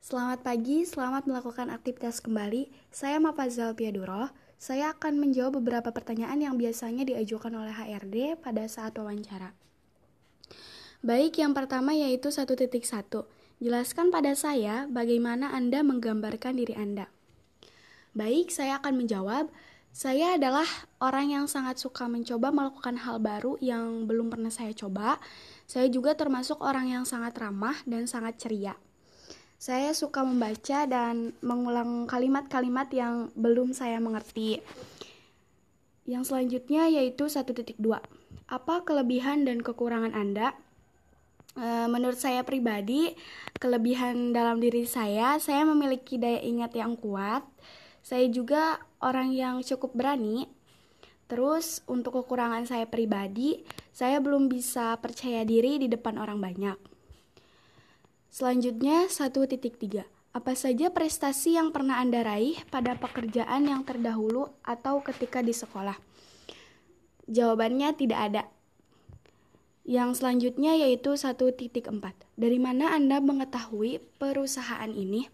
Selamat pagi, selamat melakukan aktivitas kembali. Saya Mafazal Piaduro. Saya akan menjawab beberapa pertanyaan yang biasanya diajukan oleh HRD pada saat wawancara. Baik, yang pertama yaitu 1.1. Jelaskan pada saya bagaimana Anda menggambarkan diri Anda. Baik, saya akan menjawab. Saya adalah orang yang sangat suka mencoba melakukan hal baru yang belum pernah saya coba. Saya juga termasuk orang yang sangat ramah dan sangat ceria. Saya suka membaca dan mengulang kalimat-kalimat yang belum saya mengerti. Yang selanjutnya yaitu 1.2. Apa kelebihan dan kekurangan Anda? Menurut saya pribadi, kelebihan dalam diri saya memiliki daya ingat yang kuat. Saya juga orang yang cukup berani. Terus untuk kekurangan saya pribadi, saya belum bisa percaya diri di depan orang banyak. Selanjutnya 1.3. Apa saja prestasi yang pernah Anda raih pada pekerjaan yang terdahulu atau ketika di sekolah? Jawabannya tidak ada. Yang selanjutnya yaitu 1.4. Dari mana Anda mengetahui perusahaan ini?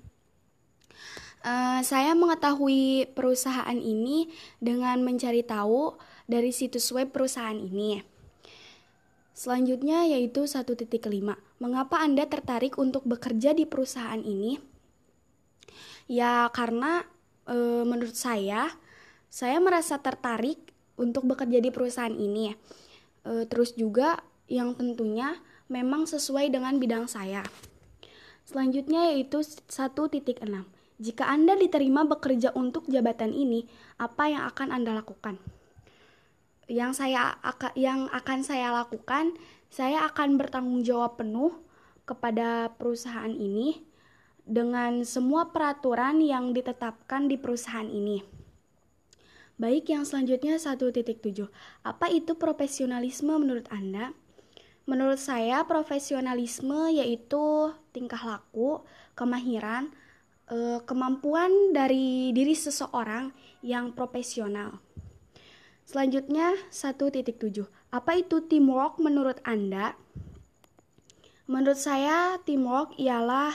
Saya mengetahui perusahaan ini dengan mencari tahu dari situs web perusahaan ini. Selanjutnya yaitu 1.5. Mengapa Anda tertarik untuk bekerja di perusahaan ini? Ya karena menurut saya merasa tertarik untuk bekerja di perusahaan ini. Terus juga yang tentunya memang sesuai dengan bidang saya. Selanjutnya yaitu 1.6. Jika Anda diterima bekerja untuk jabatan ini, apa yang akan Anda lakukan? Yang akan saya lakukan, saya akan bertanggung jawab penuh kepada perusahaan ini dengan semua peraturan yang ditetapkan di perusahaan ini. Baik, yang selanjutnya 1.7. Apa itu profesionalisme menurut Anda? Menurut saya, profesionalisme yaitu tingkah laku, kemahiran, kemampuan dari diri seseorang yang profesional. Selanjutnya 1.7. Apa itu teamwork menurut Anda? Menurut saya teamwork ialah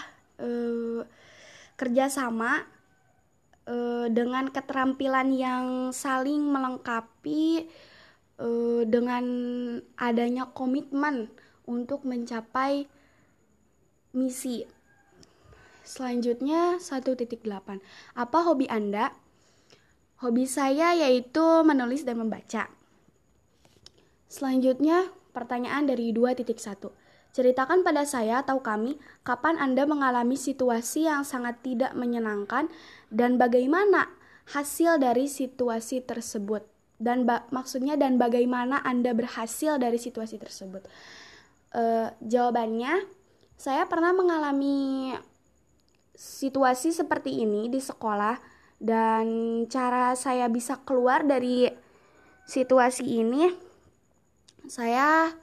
kerjasama dengan keterampilan yang saling melengkapi dengan adanya komitmen untuk mencapai misi. Selanjutnya 1.8. Apa hobi Anda? Hobi saya yaitu menulis dan membaca. Selanjutnya pertanyaan dari 2.1. Ceritakan pada saya atau kami kapan Anda mengalami situasi yang sangat tidak menyenangkan dan bagaimana hasil dari situasi tersebut. Dan bagaimana Anda berhasil dari situasi tersebut. Jawabannya, saya pernah mengalami situasi seperti ini di sekolah dan cara saya bisa keluar dari situasi ini, saya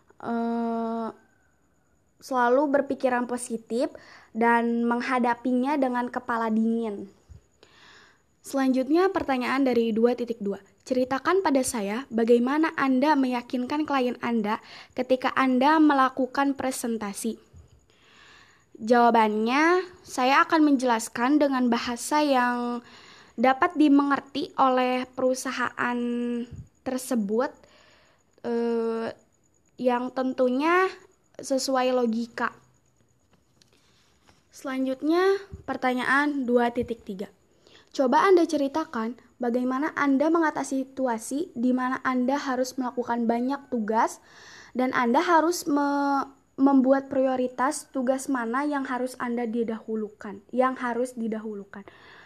selalu berpikiran positif dan menghadapinya dengan kepala dingin. Selanjutnya pertanyaan dari 2.2. Ceritakan pada saya bagaimana Anda meyakinkan klien Anda ketika Anda melakukan presentasi. Jawabannya, saya akan menjelaskan dengan bahasa yang dapat dimengerti oleh perusahaan tersebut yang tentunya sesuai logika. Selanjutnya, pertanyaan 2.3. Coba Anda ceritakan bagaimana Anda mengatasi situasi di mana Anda harus melakukan banyak tugas dan Anda harus membuat prioritas tugas mana yang harus didahulukan.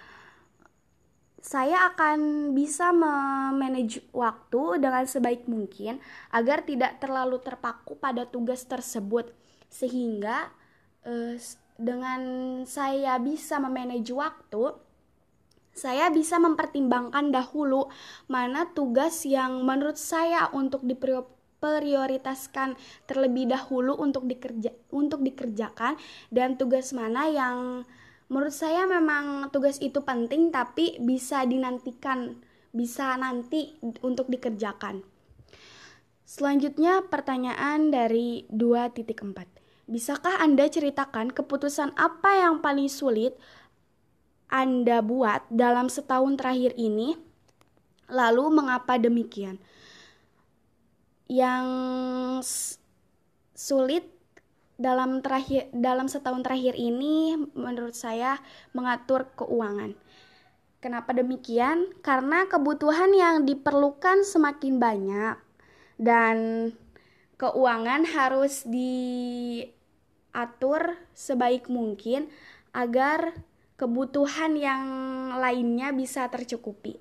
Saya akan bisa memanage waktu dengan sebaik mungkin agar tidak terlalu terpaku pada tugas tersebut, sehingga dengan saya bisa memanage waktu, saya bisa mempertimbangkan dahulu mana tugas yang menurut saya untuk prioritaskan terlebih dahulu untuk dikerjakan dan tugas mana yang menurut saya memang tugas itu penting tapi bisa dinantikan, bisa nanti untuk dikerjakan. Selanjutnya pertanyaan dari 2.4. Bisakah Anda ceritakan keputusan apa yang paling sulit Anda buat dalam setahun terakhir ini? Lalu mengapa demikian? Yang sulit dalam setahun terakhir ini menurut saya mengatur keuangan. Kenapa demikian? Karena kebutuhan yang diperlukan semakin banyak dan keuangan harus diatur sebaik mungkin agar kebutuhan yang lainnya bisa tercukupi.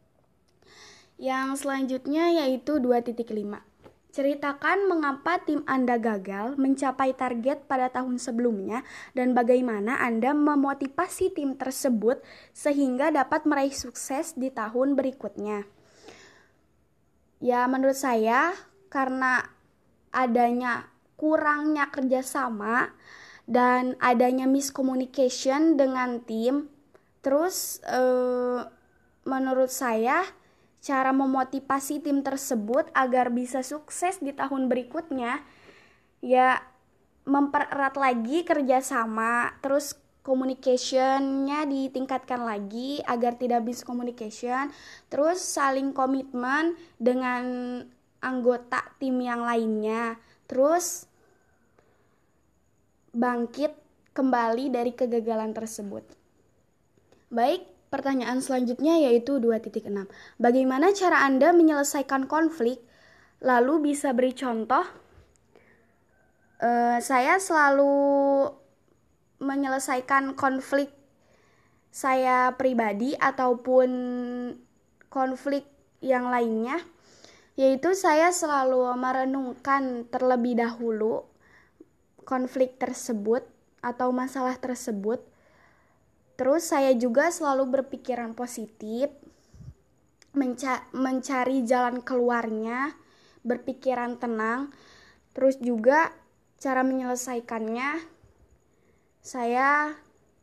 Yang selanjutnya yaitu 2.5. Ceritakan mengapa tim Anda gagal mencapai target pada tahun sebelumnya dan bagaimana Anda memotivasi tim tersebut sehingga dapat meraih sukses di tahun berikutnya. Ya, menurut saya karena adanya kurangnya kerjasama dan adanya miscommunication dengan tim, terus menurut saya cara memotivasi tim tersebut agar bisa sukses di tahun berikutnya ya mempererat lagi kerjasama, terus communication-nya ditingkatkan lagi agar tidak miscommunication, terus saling komitmen dengan anggota tim yang lainnya, terus bangkit kembali dari kegagalan tersebut. Baik, pertanyaan selanjutnya yaitu 2.6. Bagaimana cara Anda menyelesaikan konflik? Lalu bisa beri contoh? Saya selalu menyelesaikan konflik saya pribadi ataupun konflik yang lainnya, yaitu saya selalu merenungkan terlebih dahulu konflik tersebut atau masalah tersebut. Terus saya juga selalu berpikiran positif, mencari jalan keluarnya, berpikiran tenang. Terus juga cara menyelesaikannya, saya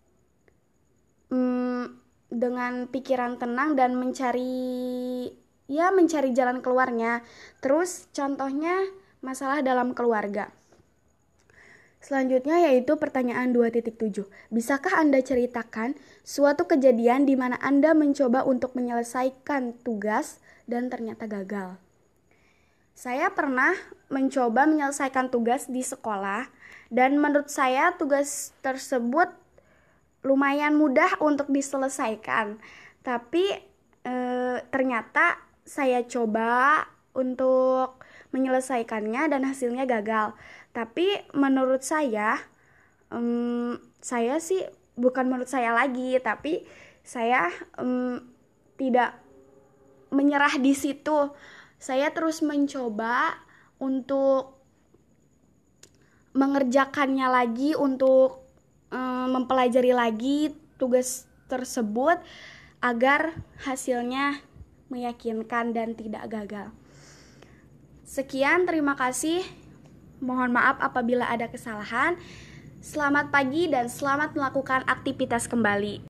dengan pikiran tenang dan mencari jalan keluarnya. Terus contohnya masalah dalam keluarga. Selanjutnya yaitu pertanyaan 2.7. Bisakah Anda ceritakan suatu kejadian di mana Anda mencoba untuk menyelesaikan tugas dan ternyata gagal? Saya pernah mencoba menyelesaikan tugas di sekolah dan menurut saya tugas tersebut lumayan mudah untuk diselesaikan. Tapi ternyata saya coba untuk menyelesaikannya dan hasilnya gagal. Tapi menurut saya sih bukan menurut saya lagi, tapi saya tidak menyerah di situ. Saya terus mencoba untuk mengerjakannya lagi, untuk mempelajari lagi tugas tersebut agar hasilnya meyakinkan dan tidak gagal. Sekian, terima kasih. Mohon maaf apabila ada kesalahan. Selamat pagi dan selamat melakukan aktivitas kembali.